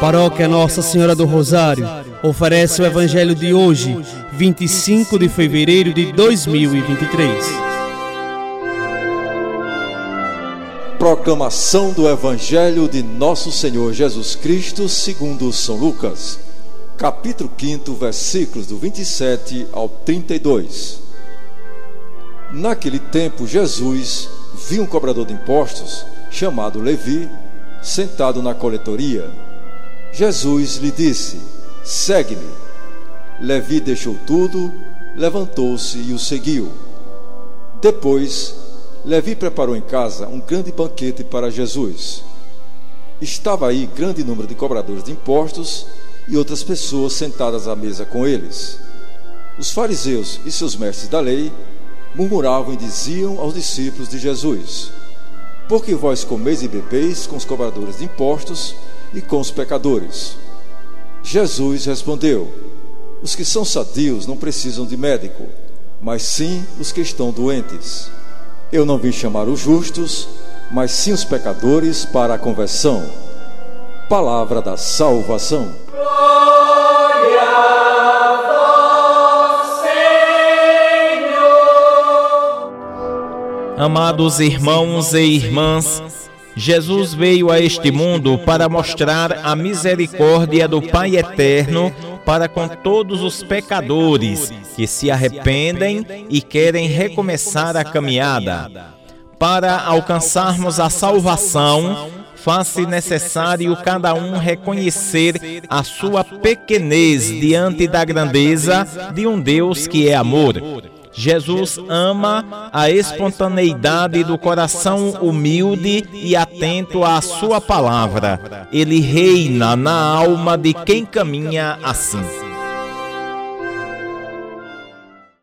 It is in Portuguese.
Paróquia Nossa Senhora do Rosário oferece o Evangelho de hoje, 25 de fevereiro de 2023. Proclamação do Evangelho de Nosso Senhor Jesus Cristo segundo São Lucas, capítulo 5, versículos do 27 ao 32. Naquele tempo, Jesus viu um cobrador de impostos, chamado Levi, sentado na coletoria. Jesus lhe disse: segue-me. Levi deixou tudo, levantou-se e o seguiu. Depois, Levi preparou em casa um grande banquete para Jesus. Estava aí grande número de cobradores de impostos e outras pessoas sentadas à mesa com eles. Os fariseus e seus mestres da lei murmuravam e diziam aos discípulos de Jesus: por que vós comeis e bebeis com os cobradores de impostos e com os pecadores? Jesus respondeu: os que são sadios não precisam de médico, mas sim os que estão doentes. Eu não vim chamar os justos, mas sim os pecadores para a conversão. Palavra da salvação. Glória a vós, Senhor. Amados irmãos e irmãs, Jesus veio a este mundo para mostrar a misericórdia do Pai Eterno para com todos os pecadores que se arrependem e querem recomeçar a caminhada. Para alcançarmos a salvação, faz-se necessário cada um reconhecer a sua pequenez diante da grandeza de um Deus que é amor. Jesus ama a espontaneidade do coração humilde e atento à sua palavra. Ele reina na alma de quem caminha assim.